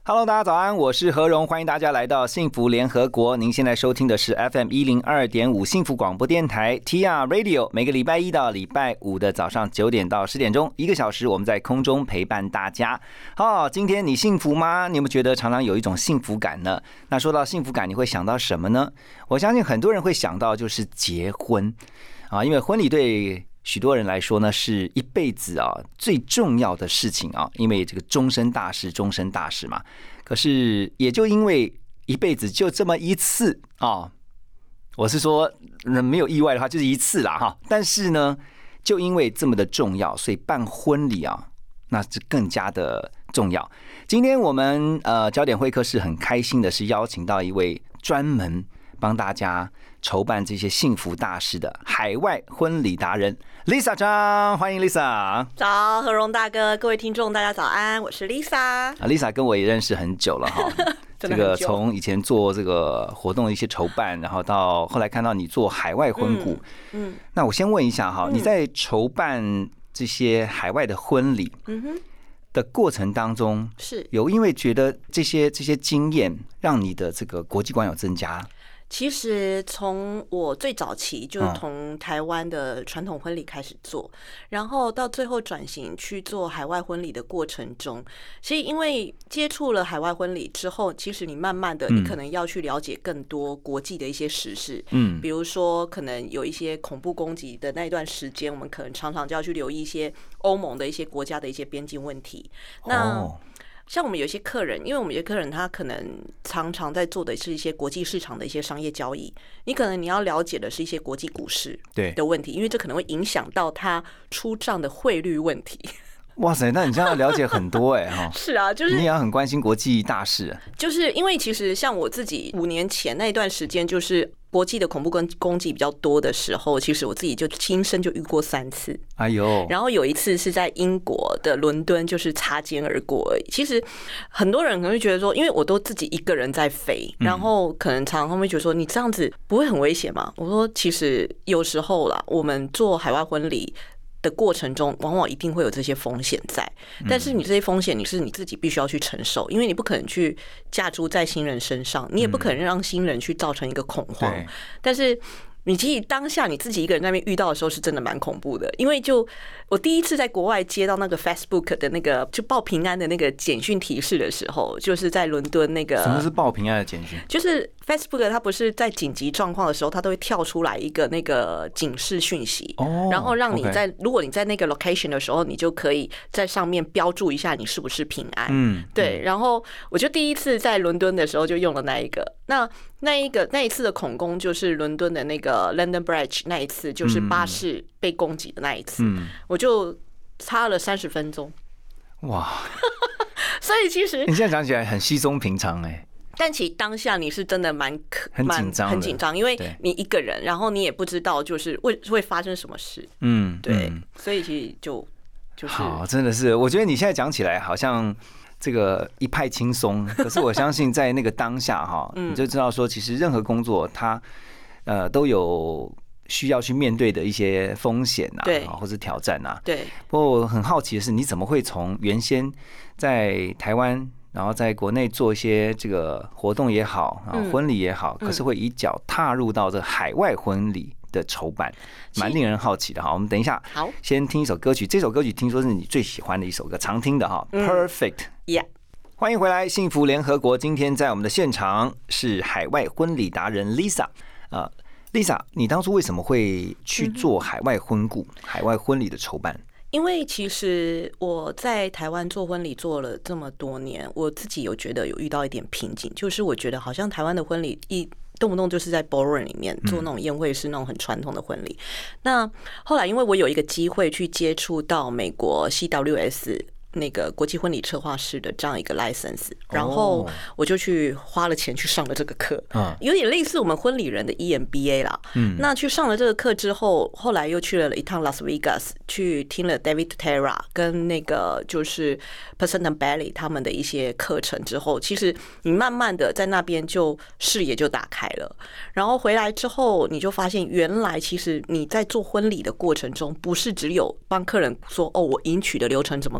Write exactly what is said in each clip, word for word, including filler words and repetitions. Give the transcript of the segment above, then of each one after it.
Hello， 大家早安，我是何荣，欢迎大家来到幸福联合国。您现在收听的是 F M 一零二点五 幸福广播电台 T R Radio， 每个礼拜一到礼拜五的早上九点到十点钟，一个小时我们在空中陪伴大家。好、哦，今天你幸福吗？你有没有觉得常常有一种幸福感呢？那说到幸福感，你会想到什么呢？我相信很多人会想到就是结婚啊，因为婚礼对许多人来说呢，是一辈子啊最重要的事情啊，因为这个终身大事，终身大事嘛。可是也就因为一辈子就这么一次啊，我是说没有意外的话就是一次啦哈。但是呢，就因为这么的重要，所以办婚礼啊，那是更加的重要。今天我们呃焦点会客室很开心的是邀请到一位专门帮大家筹办这些幸福大事的海外婚礼达人 Lisa 张，欢迎 Lisa。 早，何荣大哥，各位听众大家早安，我是 Lisa。 Lisa 跟我也认识很久了哈，这个从以前做这个活动的一些筹办，然后到后来看到你做海外婚顾，嗯，嗯那我先问一下哈，你在筹办这些海外的婚礼，嗯哼。的过程当中，是有因为觉得这些这些经验让你的这个国际观有增加？ 其实从我最早期就是从台湾的传统婚礼开始做，嗯、然后到最后转型去做海外婚礼的过程中，其实因为接触了海外婚礼之后，其实你慢慢的，你可能要去了解更多国际的一些时事，嗯，比如说可能有一些恐怖攻击的那一段时间，我们可能常常就要去留意一些欧盟的一些国家的一些边境问题，那。哦像我们有些客人，因为我们有些客人他可能常常在做的是一些国际市场的一些商业交易，你可能你要了解的是一些国际股市的问题，因为这可能会影响到他出账的汇率问题。 哇塞，那你这样了解很多哎、欸、哈。 是啊，就是你也很关心国际大事。就是因为其实像我自己五年前那一段时间，就是国际的恐怖攻击比较多的时候，其实我自己就亲身就遇过三次。哎呦！然后有一次是在英国的伦敦，就是擦肩而过而已。其实很多人可能会觉得说，因为我都自己一个人在飞，然后可能常常会觉得说，你这样子不会很危险吗？我说，其实有时候啦，我们做海外婚礼的过程中，往往一定会有这些风险在，但是你这些风险你是你自己必须要去承受，因为你不可能去加诸在新人身上，你也不可能让新人去造成一个恐慌。但是你其实当下你自己一个人在那边遇到的时候，是真的蛮恐怖的，因为就我第一次在国外接到那个 Facebook 的那个就报平安的那个简讯提示的时候，就是在伦敦那个。 什么是报平安的简讯？ 就是 Facebook 它不是在紧急状况的时候，它都会跳出来一个那个警示讯息，哦、然后让你在、okay. 如果你在那个 location 的时候，你就可以在上面标注一下你是不是平安。嗯，对。然后我就第一次在伦敦的时候就用了那一个，那那一个那一次的恐攻就是伦敦的那个 London Bridge 那一次，就是巴士被攻击的那一次，嗯、我就差了三十分钟。哇！所以其实你现在讲起来很稀松平常哎、欸。 但其实当下你是真的蛮很紧张， 很紧张，因为你一个人，然后你也不知道就是会会发生什么事。嗯，对，嗯、所以其实就就是好，真的是，我觉得你现在讲起来好像这个一派轻松，可是我相信在那个当下哈，你就知道说，其实任何工作它呃都有需要去面对的一些风险啊，对，或者挑战啊。对。不过我很好奇的是，你怎么会从原先在台湾？然后在国内做一些这个活动也好，啊婚礼也好，可是会一脚踏入到这海外婚礼的筹办，蛮令人好奇的哈。我们等一下，好，先听一首歌曲，这首歌曲听说是你最喜欢的一首歌，常听的哈 ，Perfect。Yeah， 欢迎回来，幸福联合国。今天在我们的现场是海外婚礼达人 Lisa 啊 ，Lisa， 你当初为什么会去做海外婚顾、海外婚礼的筹办？ 因为其实我在台湾做婚礼做了这么多年，我自己有觉得有遇到一点瓶颈，就是我觉得好像台湾的婚礼一动不动就是在 ballroom 里面做那种宴会式那种很传统的婚礼。那后来因为我有一个机会去接触到美国 C W S。那个国际婚礼策划师的这样一个 license， 然后我就去花了钱去上了这个课，有点类似我们婚礼人的 E M B A 啦。那去上了这个课之后，后来又去了一趟 Las Vegas， 去听了 David Terra 跟那个就是 Preston Bailey 他们的一些课程之后，其实你慢慢的在那边就视野就打开了。然后回来之后，你就发现原来其实你在做婚礼的过程中，不是只有帮客人说哦，我迎娶的流程怎么规划。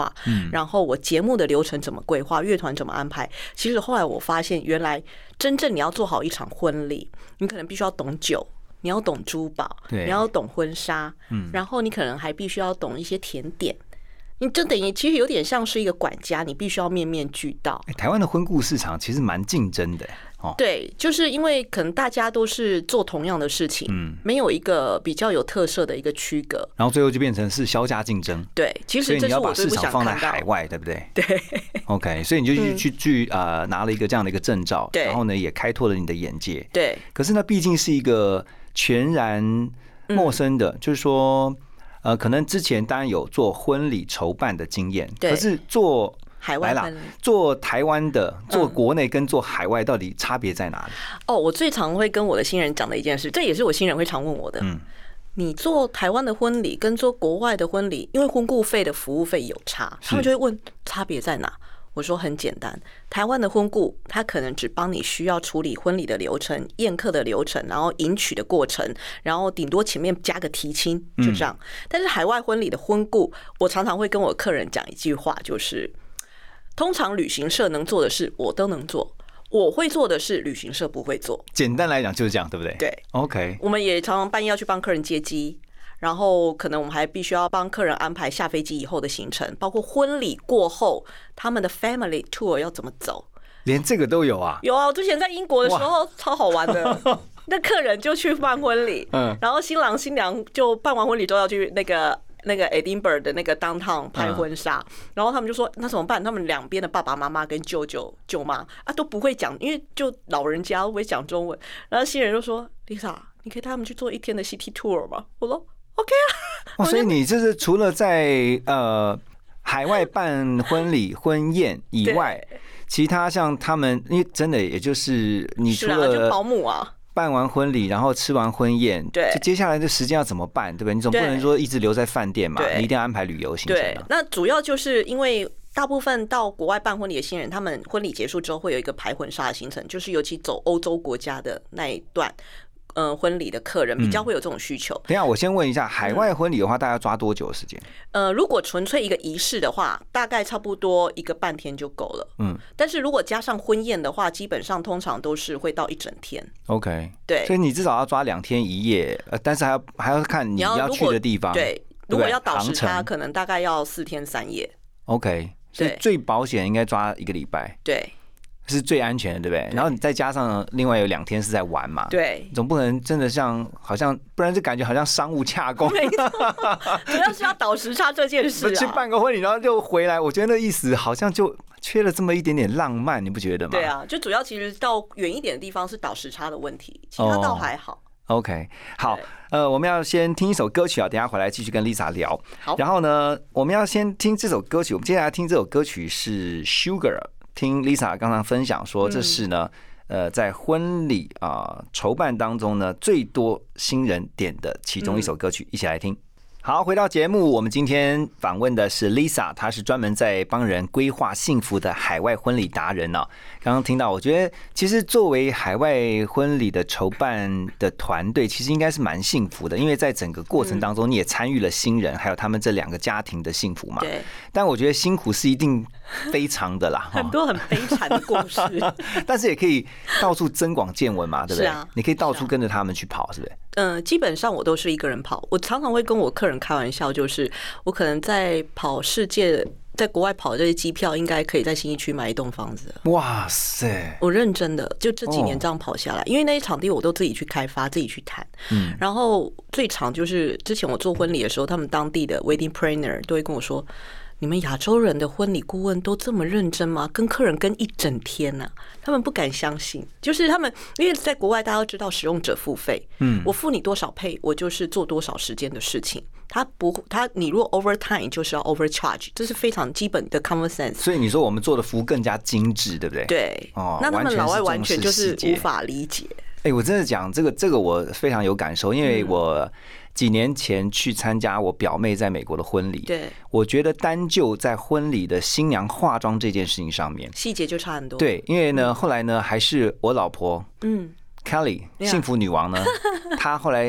划，嗯，然后我节目的流程怎么规划，乐团怎么安排。其实后来我发现，原来真正你要做好一场婚礼，你可能必须要懂酒，你要懂珠宝，你要懂婚纱，嗯，然后你可能还必须要懂一些甜点。你就等于其实有点像是一个管家，你必须要面面俱到。 欸、台湾的婚顾市场其实蛮竞争的、 哦，对，就是因为可能大家都是做同样的事情，嗯，没有一个比较有特色的一个区隔， 然后最后就变成是销价竞争。 对，其实这是我最不想看到。所以你要把市场放在海外，对不对？ 对。 OK， 所以你就去、嗯、去去呃拿了一个这样的一个证照，然后呢也开拓了你的眼界。 对。 可是呢，毕竟是一个全然陌生的，嗯、就是说。呃，可能之前当然有做婚礼筹办的经验，可是做海外啦， 做台湾的、做国内跟做海外到底差别在哪里？ 嗯、哦，我最常会跟我的新人讲的一件事，这也是我新人会常问我的。嗯，你做台湾的婚礼跟做国外的婚礼，因为婚顾费的服务费有差，他们就会问差别在哪？我说很简单，台湾的婚顾他可能只帮你需要处理婚礼的流程、宴客的流程，然后迎娶的过程，然后顶多前面加个提亲，就这样。嗯、但是海外婚礼的婚顾，我常常会跟我客人讲一句话，就是通常旅行社能做的事我都能做，我会做的事旅行社不会做。 简单来讲就是这样，对不对？ 对 ，OK。 我们也常常半夜要去帮客人接机。然后可能我们还必须要帮客人安排下飞机以后的行程，包括婚礼过后他们的 family tour 要怎么走， 连这个都有啊？ 有啊，我之前在英国的时候超好玩的。那客人就去办婚礼，嗯，然后新郎新娘就办完婚礼之后要去那个那个 Edinburgh 的那个 downtown 拍婚纱，嗯、然后他们就说那怎么办？他们两边的爸爸妈妈跟舅舅舅妈啊都不会讲，因为就老人家都不会讲中文。然后新人就说 Lisa， 你可以带他们去做一天的 city tour 吗？我说。OK 啊， 哦，所以你就是除了在呃海外办婚礼婚宴以外，其他像他们，因为真的也就是你除了就保姆啊， 办完婚礼，然后吃完婚宴， 对， 就接下来的时间要怎么办，对不对？你总不能说一直留在饭店嘛，你一定要安排旅游行程、啊。 对，那主要就是因为大部分到国外办婚礼的新人，他们婚礼结束之后会有一个排婚纱的行程，就是尤其走欧洲国家的那一段。嗯，婚礼的客人比较会有这种需求。 嗯、等一下，我先问一下，海外婚礼的话，大概抓多久的时间？ 呃，如果纯粹一个仪式的话，大概差不多一个半天就够了。嗯，但是如果加上婚宴的话，基本上通常都是会到一整天。 OK， 对， 所以你至少要抓两天一夜，呃，但是还要还要看你要去的地方。 对，如果要倒时差，可能大概要四天三夜。 OK， 所以最保险应该抓一个礼拜。 对。 是最安全的，对不对？然后你再加上另外有两天是在玩嘛， 对， 总不能真的像好像，不然就感觉好像商务洽公， 没错，主要是要倒时差这件事啊。 去办个婚礼，然后就回来，我觉得那意思好像就缺了这么一点点浪漫，你不觉得吗？ 对啊，就主要其实到远一点的地方是倒时差的问题，其他倒还好。 哦、OK， 好，呃，我们要先听一首歌曲啊，等一下回来继续跟 Lisa 聊。 好， 然后呢，我们要先听这首歌曲，我们接下来听这首歌曲是 Sugar。听 Lisa 刚刚分享说，这是呢，呃，在婚礼啊筹办当中呢，最多新人点的其中一首歌曲，一起来听。好，回到节目，我们今天访问的是 Lisa， 她是专门在帮人规划幸福的海外婚礼达人呢、啊。刚刚听到，我觉得其实作为海外婚礼的筹办的团队，其实应该是蛮幸福的，因为在整个过程当中，你也参与了新人，还有他们这两个家庭的幸福嘛。 对。 但我觉得辛苦是一定非常的啦， 很多很悲惨的故事。 但是也可以到处增广见闻嘛，对不对？ 是啊。 你可以到处跟着他们去跑，是不是？ 嗯，基本上我都是一个人跑。我常常会跟我客人开玩笑，就是我可能在跑世界，在国外跑这些机票，应该可以在信义区买一栋房子。 哇塞！ 我认真的，就这几年这样跑下来，因为那些场地我都自己去开发，自己去谈。嗯。然后最长就是之前我做婚礼的时候，他们当地的 wedding planner 都会跟我说，你们亚洲人的婚礼顾问都这么认真吗？跟客人跟一整天呢、啊？他们不敢相信，就是他们因为在国外大家都知道使用者付费，嗯，我付你多少配，我就是做多少时间的事情。他不，他你如果 overtime 就是要 overcharge， 这是非常基本的 common sense。所以你说我们做的服务更加精致，对不对？ 对，哦，那他们老外完全就是无法理解。 哎、欸，我真的讲这个，这个我非常有感受，因为我几年前去参加我表妹在美国的婚礼， 对， 我觉得单就在婚礼的新娘化妆这件事情上面， 细节就差很多。 对，因为呢，嗯、后来呢，还是我老婆，嗯 ，Kelly 幸福女王呢，她后来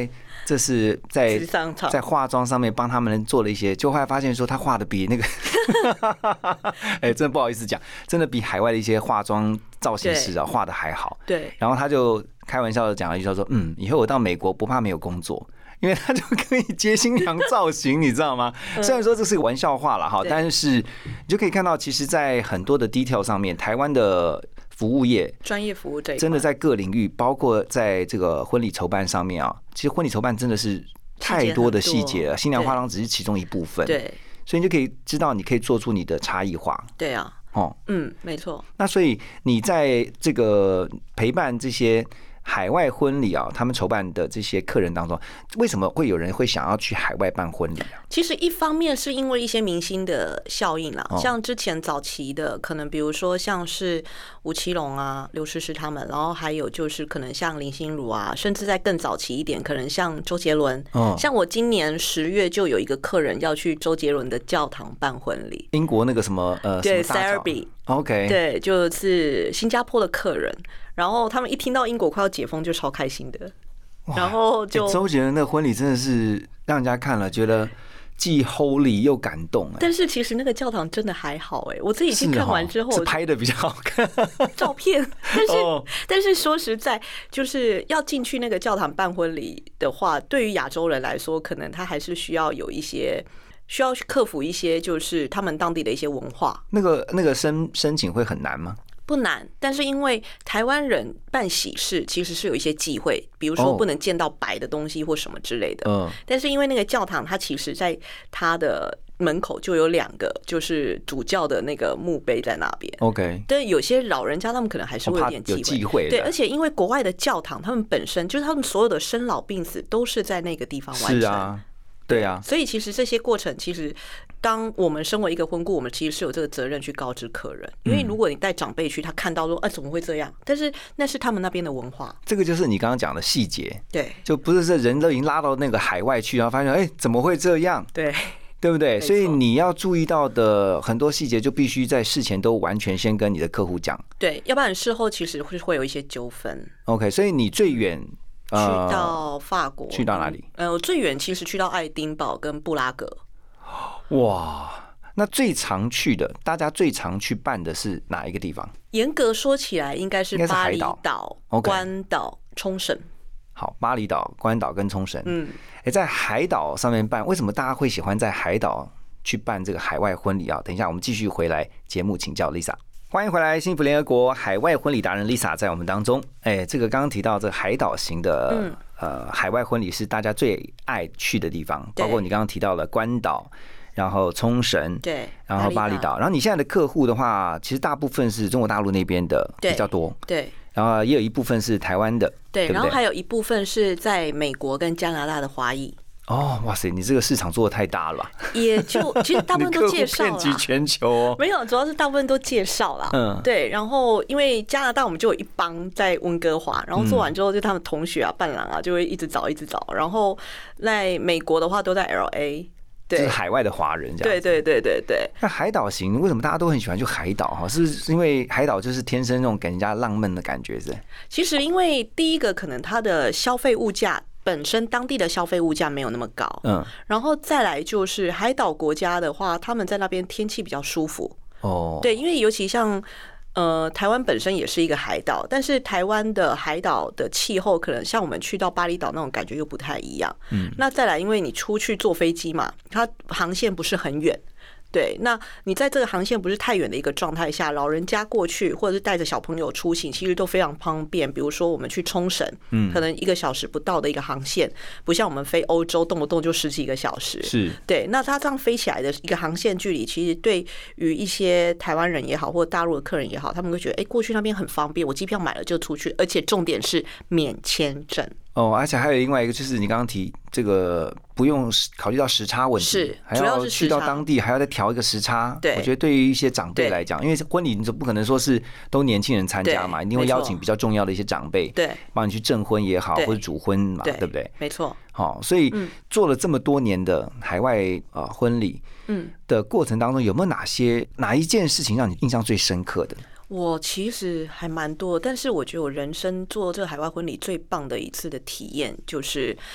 这是在在化妆上面帮他们做了一些，就后来发现说他画的比那个，哎，真的不好意思讲，真的比海外的一些化妆造型师啊画的还好。 对。 然后他就开玩笑的讲了一句，他说：“嗯，以后我到美国不怕没有工作。”因为他就可以接新娘造型，你知道吗？虽然说这是个玩笑话了哈，但是你就可以看到，其实，在很多的 detail 上面，台湾的服务业、 专业服务这一真的在各领域，包括在这个婚礼筹办上面啊，其实婚礼筹办真的是太多的细节了，新娘化妆只是其中一部分。 对， 所以你就可以知道，你可以做出你的差异化。 对啊，哦，嗯，没错。 那所以你在这个陪伴这些海外婚礼啊，他们筹办的这些客人当中，为什么会有人会想要去海外办婚礼啊？ 其实一方面是因为一些明星的效应啦，哦、像之前早期的，可能比如说像是吴奇隆啊、刘诗诗他们，然后还有就是可能像林心如啊，甚至在更早期一点，可能像周杰伦。哦、像我今年十月就有一个客人要去周杰伦的教堂办婚礼， 英国那个什么呃， 对 ，Selby。OK， 对， 就是新加坡的客人。然后他们一听到英国快要解封，就超开心的。然后就周杰伦的婚礼真的是让人家看了觉得既 holy 又感动。 但是其实那个教堂真的还好哎，我自己去看完之后是拍的比较好看照片。但是、oh. 但是说实在，就是要进去那个教堂办婚礼的话，对于亚洲人来说，可能他还是需要有一些。需要去克服一些，就是他们当地的一些文化。 那个那个申申请会很难吗？ 不难，但是因为台湾人办喜事其实是有一些忌讳，比如说不能见到白的东西或什么之类的。嗯。但是因为那个教堂，它其实在它的门口就有两个，就是主教的那个墓碑在那边。 OK。 但有些老人家他们可能还是会有点忌讳。 有忌讳。 对，而且因为国外的教堂，他们本身就是他们所有的生老病死都是在那个地方完成。 是啊。对啊， 所以其实这些过程，其实当我们身为一个婚顾，我们其实是有这个责任去告知客人，因为如果你带长辈去，他看到说，哎、啊，怎么会这样？但是那是他们那边的文化。 这个就是你刚刚讲的细节， 对， 就不是说人都已经拉到那个海外去，然后发现，哎，怎么会这样？ 对， 对不对？所以你要注意到的很多细节，就必须在事前都完全先跟你的客户讲。 对，要不然事后其实会会有一些纠纷。 OK， 所以你最远。 去到法国， 去到哪里？ 呃，我最远其实去到爱丁堡跟布拉格。 哇，那最常去的，大家最常去办的是哪一个地方？ 严格说起来，应该是巴厘岛、关岛、冲绳。 好，巴厘岛、关岛跟冲绳。嗯，哎，在海岛上面办，为什么大家会喜欢在海岛去办这个海外婚礼啊？等一下，我们继续回来节目请教 Lisa。欢迎回来，幸福联合国海外婚礼达人 Lisa 在我们当中。哎，这个刚刚提到这个海岛型的、嗯、呃海外婚礼是大家最爱去的地方，包括你刚刚提到了关岛，然后冲绳， 对， 然后巴厘岛。然后你现在的客户的话，其实大部分是中国大陆那边的比较多， 对。 然后也有一部分是台湾的， 对， 对不对？ 然后还有一部分是在美国跟加拿大的华裔。 哦，哇塞，你这个市场做的太大了吧？ 也就其实大部分都介绍了， 遍及全球哦。 没有，主要是大部分都介绍了。嗯，对。然后因为加拿大我们就有一帮在温哥华，然后做完之后就他们同学啊、伴郎啊就会一直找一直找。然后在美国的话都在 L A。 就是海外的华人这样。 对对对对对。 那海岛型为什么大家都很喜欢去海岛哈？是因为海岛就是天生那种给人家浪漫的感觉是？ 其实因为第一个可能它的消费物价。本身当地的消费物价没有那么高，嗯，然后再来就是海岛国家的话，他们在那边天气比较舒服，哦，对，因为尤其像呃台湾本身也是一个海岛，但是台湾的海岛的气候可能像我们去到巴厘岛那种感觉又不太一样，嗯，那再来因为你出去坐飞机嘛，它航线不是很远。对，那你在这个航线不是太远的一个状态下，老人家过去或者是带着小朋友出行，其实都非常方便。比如说我们去冲绳，嗯，可能一个小时不到的一个航线，不像我们飞欧洲动不动就十几个小时。 是， 对，那它这样飞起来的一个航线距离，其实对于一些台湾人也好，或者大陆的客人也好，他们会觉得，哎，过去那边很方便，我机票买了就出去，而且重点是免签证。 哦，而且还有另外一个，就是你刚刚提这个不用考虑到时差问题， 是， 还要去到当地还要再调一个时差。 对， 我觉得对于一些长辈来讲，因为婚礼你总不可能说是都年轻人参加嘛，一定会邀请比较重要的一些长辈， 对， 帮你去证婚也好，或者主婚嘛，对不对？ 没错。 好，所以做了这么多年的海外啊婚礼，嗯的过程当中，有没有哪些哪一件事情让你印象最深刻的？ 我其实还蛮多，但是我觉得我人生做这个海外婚礼最棒的一次的体验，就是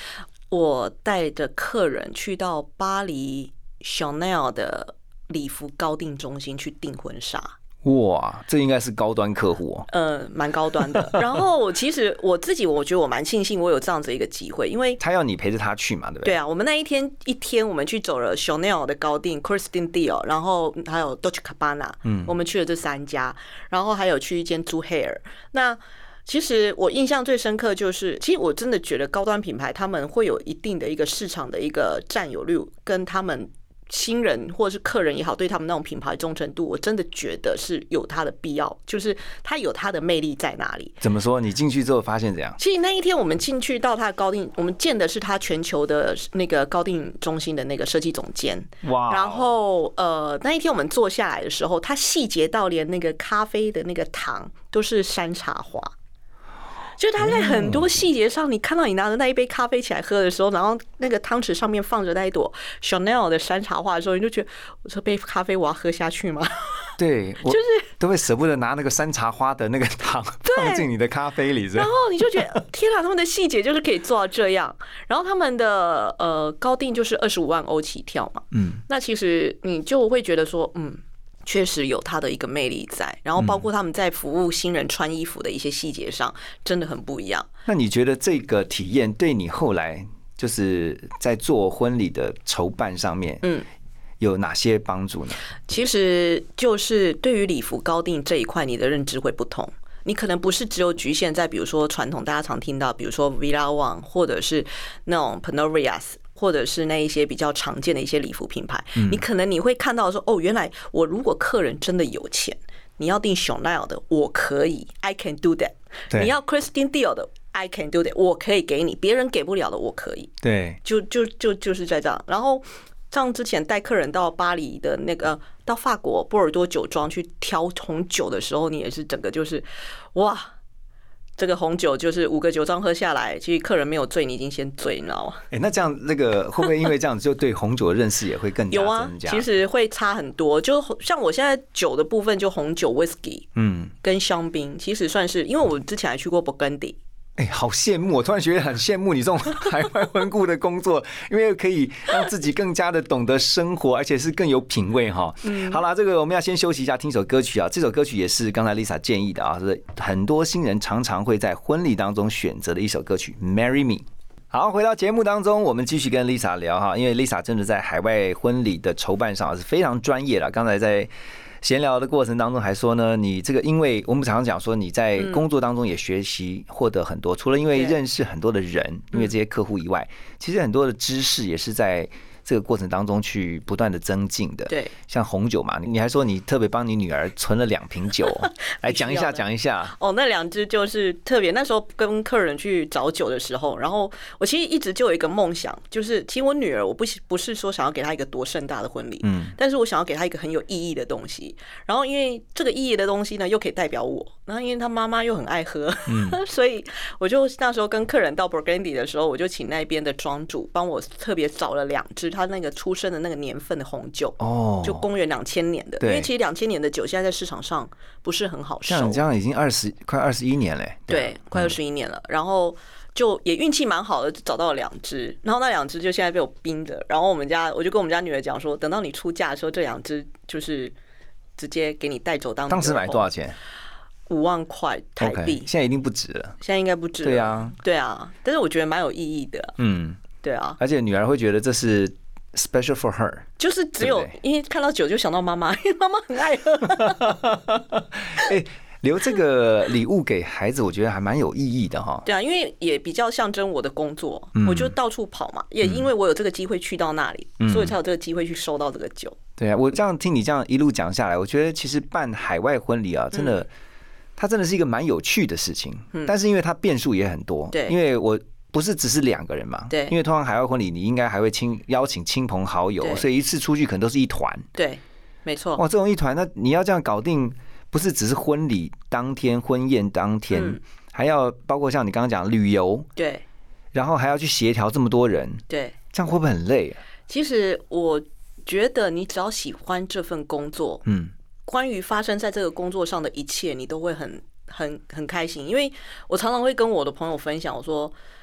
我带着客人去到巴黎 Chanel 的礼服高定中心去订婚纱。 哇，这应该是高端客户哦。 呃，蛮高端的。然后其实我自己，我觉得我蛮庆幸我有这样子一个机会，因为他要你陪着他去嘛，对不对？ 对啊，我们那一天一天，我们去走了 Chanel 的高定、Christian Dior， 然后还有 Dolce Gabbana， 嗯，我们去了这三家，然后还有去一间 Two Hair。那其实我印象最深刻就是，其实我真的觉得高端品牌他们会有一定的一个市场的一个占有率，跟他们新人或者是客人也好，对他们那种品牌忠诚度，我真的觉得是有它的必要，就是它有它的魅力在哪里。 怎么说？你进去之后发现怎样？ 其实那一天我们进去到它的高定，我们见的是它全球的那个高定中心的那个设计总监。哇！然后呃，那一天我们坐下来的时候，它细节到连那个咖啡的那个糖都是山茶花。就他在很多细节上，你看到你拿着那一杯咖啡起来喝的时候，然后那个汤匙上面放着那一朵 Chanel 的山茶花的时候，你就觉得我这杯咖啡我要喝下去吗？ 对，就是都会舍不得拿那个山茶花的那个糖放进你的咖啡里， 然后你就觉得天啊，他们的细节就是可以做到这样。然后他们的呃高定就是二十五万欧起跳嘛，嗯，那其实你就会觉得说，嗯。确实有它的一个魅力在，然后包括他们在服务新人穿衣服的一些细节上，真的很不一样。 那你觉得这个体验对你后来就是在做婚礼的筹办上面，嗯，有哪些帮助呢？ 其实就是对于礼服高定这一块，你的认知会不同。你可能不是只有局限在比如说传统大家常听到，比如说 Villa One 或者是那种 Penorias。或者是那一些比较常见的一些礼服品牌，你可能你会看到说，哦，原来我如果客人真的有钱，你要订 Chanel 的，我可以 ，I can do that。你要 Christian Dior 的 ，I can do that， 我可以给你，别人给不了的，我可以。 对， 就就就就是在这样。然后像之前带客人到巴黎的那个，到法国波尔多酒庄去挑红酒的时候，你也是整个就是哇。这个红酒就是五个酒庄喝下来，其实客人没有醉，你已经先醉，你知道吗？ 哎、欸，那这样那个会不会因为这样就对红酒的认识也会更加增加？ 有啊，其实会差很多。就像我现在酒的部分，就红酒 whisky， 嗯，跟香槟，其实算是，因为我之前还去过勃艮第。 哎、欸，好羡慕！我突然觉得很羡慕你这种海外婚顾的工作，因为可以让自己更加的懂得生活，而且是更有品味哈。嗯，好啦，这个我们要先休息一下，听首歌曲啊。这首歌曲也是刚才 Lisa 建议的啊，是很多新人常常会在婚礼当中选择的一首歌曲《Marry Me》。好，回到节目当中，我们继续跟 Lisa 聊哈，因为 Lisa 真的在海外婚礼的筹办上是非常专业了。刚才在闲聊的过程当中还说呢，你这个因为我们常常讲说你在工作当中也学习获得很多，除了因为认识很多的人，因为这些客户以外，其实很多的知识也是在这个过程当中去不断的增进的。 对， 像红酒嘛，你还说你特别帮你女儿存了两瓶酒，来讲一下讲一下。 哦，那两支就是特别，那时候跟客人去找酒的时候，然后我其实一直就有一个梦想，就是其实我女儿我不不是说想要给她一个多盛大的婚礼，嗯，但是我想要给她一个很有意义的东西。然后因为这个意义的东西呢，又可以代表我，然后因为她妈妈又很爱喝，嗯，所以我就那时候跟客人到 Burgundy 的时候，我就请那边的庄主帮我特别找了两支。他那个出生的那个年份的红酒，哦，就公元两千年的，因为其实两千年的酒现在在市场上不是很好收， 像这样已经二十快二十一年嘞， 对，快二十一年了。然后就也运气蛮好的，找到了两支，然后那两支就现在被我冰着。然后我们家我就跟我们家女儿讲说，等到你出嫁的时候，这两支就是直接给你带走当。 当时买多少钱？ 五万块台币， okay, 现在一定不止了。 现在应该不止了。 对啊， 对啊，但是我觉得蛮有意义的。嗯，对啊， 而且女儿会觉得这是。Special for her， 就是只有因为看到酒就想到妈妈，因为妈妈很爱喝。 哎，留这个礼物给孩子，我觉得还蛮有意义的哈。 对啊，因为也比较象征我的工作，嗯、我就到处跑嘛。也因为我有这个机会去到那里，嗯、所以才有这个机会去收到这个酒。 对啊，我这样听你这样一路讲下来，我觉得其实办海外婚礼啊，真的，嗯、它真的是一个蛮有趣的事情。嗯、但是因为它变数也很多， 对， 因为我。不是只是两个人嘛？ 对， 因为通常海外婚礼，你应该还会亲邀请亲朋好友，所以一次出去可能都是一团。 对，没错。 哇，这种一团，那你要这样搞定，不是只是婚礼当天、婚宴当天，嗯、还要包括像你刚刚讲旅游， 对， 然后还要去协调这么多人， 对， 这样会不会很累啊？ 其实我觉得，你只要喜欢这份工作，嗯，关于发生在这个工作上的一切，你都会很很很开心。因为我常常会跟我的朋友分享，我说。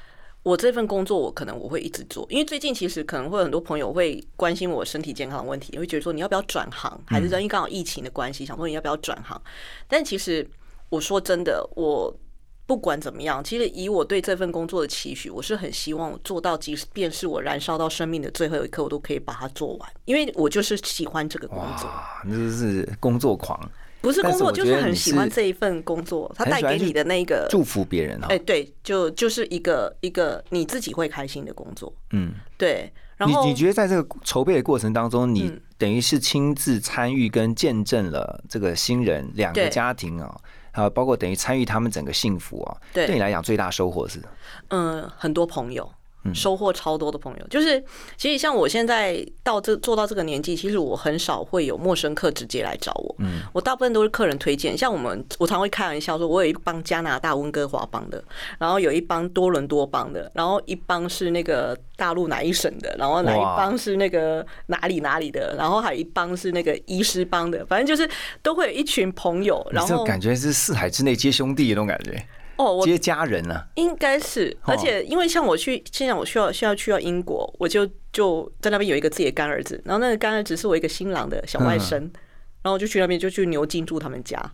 我这份工作我可能我会一直做，因为最近其实可能会有很多朋友会关心我身体健康的问题，会觉得说你要不要转行，还是因为刚好疫情的关系，想说你要不要转行。但其实我说真的，我不管怎么样，其实以我对这份工作的期许，我是很希望做到，即便是我燃烧到生命的最后一刻，我都可以把它做完，因为我就是喜欢这个工作。 哇，那就是工作狂。 不是工作，就是很喜欢这一份工作，它带给你的那个祝福别人。 哎，对，就就是一个一个你自己会开心的工作。嗯，对。然后你你觉得在这个筹备的过程当中，你等于是亲自参与跟见证了这个新人两个家庭啊，还有包括等于参与他们整个幸福啊，对你来讲最大收获是？ 嗯，很多朋友。收获超多的朋友，就是其实像我现在到这做到这个年纪，其实我很少会有陌生客直接来找我，嗯，我大部分都是客人推荐。像我们，我常会开玩笑说，我有一帮加拿大温哥华帮的，然后有一帮多伦多帮的，然后一帮是那个大陆哪一省的，然后哪一帮是那个哪里哪里的，然后还有一帮是那个医师帮的，反正就是都会有一群朋友。然后感觉是四海之内皆兄弟的那种感觉。哦，我接家人啊， 应该是，而且因为像我去，现在我需要需要去到英国，我就就在那边有一个自己的干儿子，然后那个干儿子是我一个新郎的小外甥，嗯、然后我就去那边就去牛津住他们家。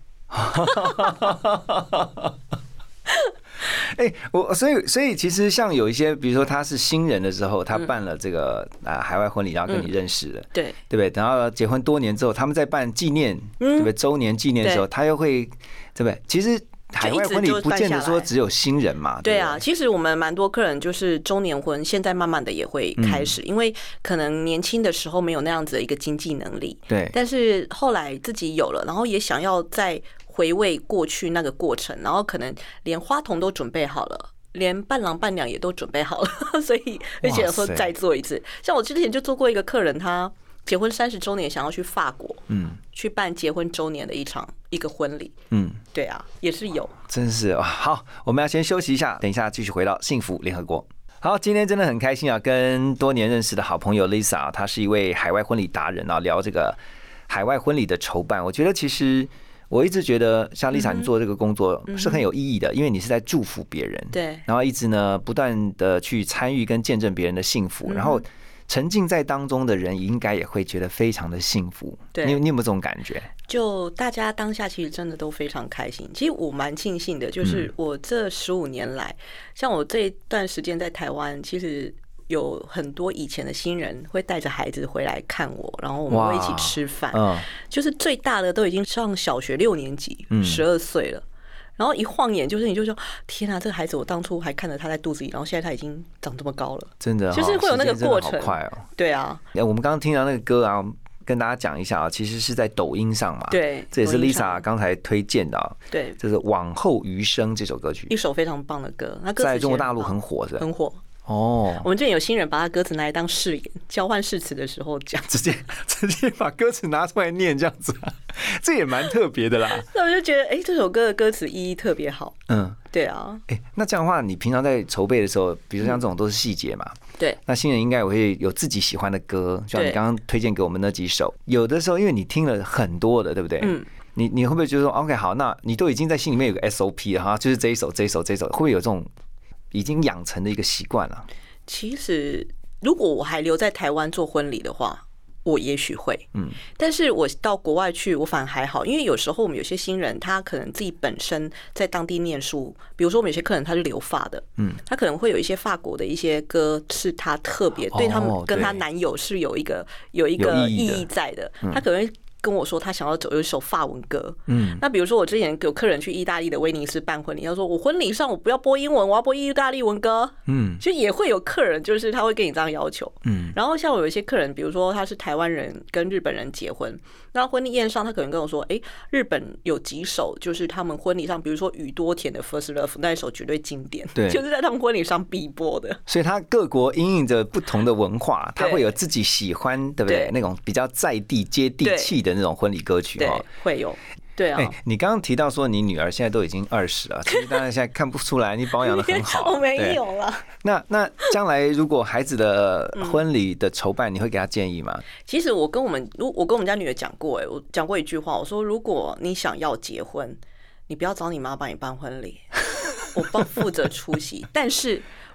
哎、欸，我所以所以其实像有一些，比如说他是新人的时候，他办了这个啊海外婚礼，然后跟你认识了，嗯、对对不对？然后结婚多年之后，他们在办纪念，对不对？周年纪念的时候，他又会对不对？其实。海外婚礼不见得说只有新人嘛， 对啊，其实我们蛮多客人就是周年婚，现在慢慢的也会开始，因为可能年轻的时候没有那样子的一个经济能力，对，但是后来自己有了，然后也想要再回味过去那个过程，然后可能连花童都准备好了。连伴郎伴娘也都准备好了，所以而且有时候再做一次。像我之前就做过一个客人，他结婚三十周年，想要去法国，嗯，去办结婚周年的一场一个婚礼，嗯，对啊，也是有， 真是好。我们要先休息一下，等一下继续回到幸福联合国。好，今天真的很开心啊，跟多年认识的好朋友 Lisa， 她是一位海外婚礼达人啊，聊这个海外婚礼的筹办。我觉得其实我一直觉得，像 Lisa 你做这个工作是很有意义的，因为你是在祝福别人，对，然后一直呢不断的去参与跟见证别人的幸福，然后沉浸在当中的人应该也会觉得非常的幸福。对，你你有没有这种感觉？ 就大家当下其实真的都非常开心。其实我蛮庆幸的，就是我这十五年来，像我这一段时间在台湾，其实有很多以前的新人会带着孩子回来看我，然后我们会一起吃饭。嗯，就是最大的都已经上小学六年级，十二岁了。然后一晃眼，就是你就说天啊，这个孩子我当初还看着他在肚子里，然后现在他已经长这么高了， 真的， 就是会有那个过程。 好快哦！ 对啊， 我们刚刚听到那个歌啊，跟大家讲一下啊，其实是在抖音上嘛。对，这也是 Lisa 刚才推荐的啊。对，这是《往后余生》这首歌曲， 一首非常棒的歌。那歌在中国大陆很火，是吧？ 很火。哦，我们这里有新人把他歌词拿来当誓言，交换誓词的时候讲， 直接直接把歌词拿出来念，这样子、啊，这也蛮特别的啦。 那我就觉得，哎、欸，这首歌的歌词意义特别好。嗯，对啊。 哎、欸，那这样的话，你平常在筹备的时候，比如像这种都是细节嘛？对。那新人应该也会有自己喜欢的歌，像你刚刚推荐给我们那几首。有的时候，因为你听了很多的，对不对？嗯。你你会不会觉得说 ，OK， 好，那你都已经在心里面有个 S O P 了哈，就是这一首、这一首、这一首，会不会有这种？已经养成的一个习惯了。 其实，如果我还留在台湾做婚礼的话，我也许会。嗯，但是我到国外去，我反而还好，因为有时候我们有些新人，他可能自己本身在当地念书，比如说我们有些客人他是留法的，嗯，他可能会有一些法国的一些歌是他特别对他们跟他男友是有一个有一个意义在的，他可能跟我说他想要走有一首法文歌，嗯，那比如说我之前有客人去意大利的威尼斯办婚礼，他说我婚礼上我不要播英文，我要播意大利文歌，嗯，就也会有客人就是他会跟你这样要求，嗯，然后像我有一些客人，比如说他是台湾人跟日本人结婚，那婚礼宴上他可能跟我说，哎、欸，日本有几首就是他们婚礼上，比如说宇多田的 First Love 那一首绝对经典，对，就是在他们婚礼上必播的， 所以他各国因应着不同的文化，他会有自己喜欢，对不对？那种比较在地接地气的那种婚礼歌曲哦， 会有，对啊。 欸、你刚刚提到说你女儿现在都已经二十了，其实当然现在看不出来，你保养得很好。 我没有了。 那那将来如果孩子的婚礼的筹办，你会给他建议吗？ 其实我跟我们，我跟我们家女儿讲过，哎，我讲过一句话，我说如果你想要结婚，你不要找你妈帮你办婚礼，我帮负责出席，但是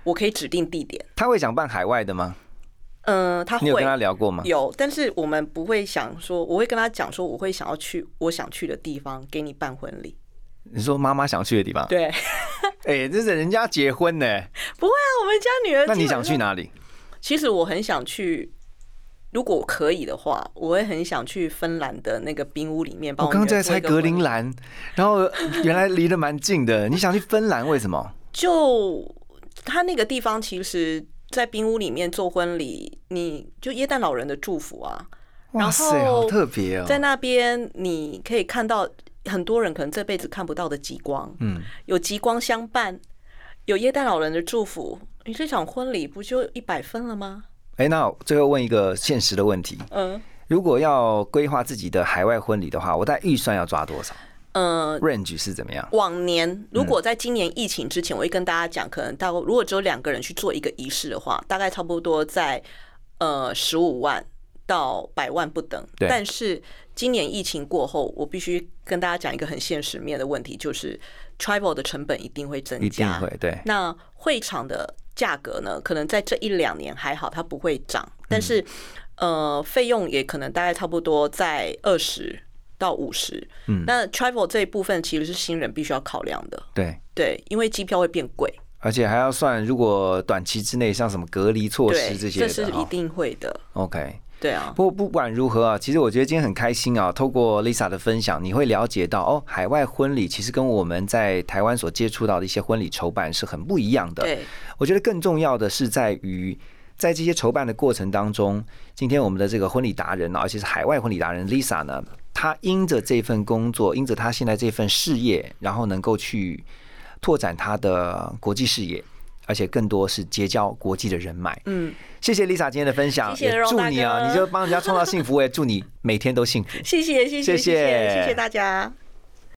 我可以指定地点。 他会想办海外的吗？ 嗯、呃，他会。 你有跟他聊过吗？ 有，但是我们不会想说，我会跟他讲说，我会想要去我想去的地方给你办婚礼。 你说妈妈想去的地方？ 对。 哎、欸，这是人家结婚呢。 不会啊，我们家女儿。 那你想去哪里？ 其实我很想去，如果可以的话，我会很想去芬兰的那个冰屋里面帮我。 我刚刚在猜格陵兰，然后原来离得蛮近的。你想去芬兰，为什么？ 就他那个地方，其实在冰屋里面做婚礼，你就耶诞老人的祝福啊。 哇塞，好特别哦！ 在那边你可以看到很多人可能这辈子看不到的极光，嗯，有极光相伴，有耶诞老人的祝福，你这场婚礼不就一百分了吗？ 哎、欸，那最后问一个现实的问题，嗯，如果要规划自己的海外婚礼的话，我大概预算要抓多少？嗯 ，range 是怎么样？ 往年如果在今年疫情之前，我会跟大家讲，可能大概如果只有两个人去做一个仪式的话，大概差不多在呃十五万到百万不等。但是今年疫情过后，我必须跟大家讲一个很现实面的问题，就是 travel 的成本一定会增加， 一定会对。 那会场的价格呢，可能在这一两年还好，它不会涨，但是、嗯、呃，费用也可能大概差不多在二十到五十。嗯，那 travel 这一部分其实是新人必须要考量的。 对对，因为机票会变贵， 而且还要算如果短期之内像什么隔离措施这些的， 这是一定会的。 OK。 对啊， 不过不管如何啊，其实我觉得今天很开心啊。透过 Lisa 的分享，你会了解到哦，海外婚礼其实跟我们在台湾所接触到的一些婚礼筹办是很不一样的。 对， 我觉得更重要的是在于，在这些筹办的过程当中，今天我们的这个婚礼达人，而且是海外婚礼达人 Lisa 呢，她因着这份工作，因着她现在这份事业，然后能够去拓展她的国际视野。而且更多是结交国际的人脉。嗯，谢谢 Lisa 今天的分享， 谢谢荣大哥， 也祝你啊，你就帮人家创造幸福，我也祝你每天都幸福。 谢谢谢谢谢谢谢谢大家。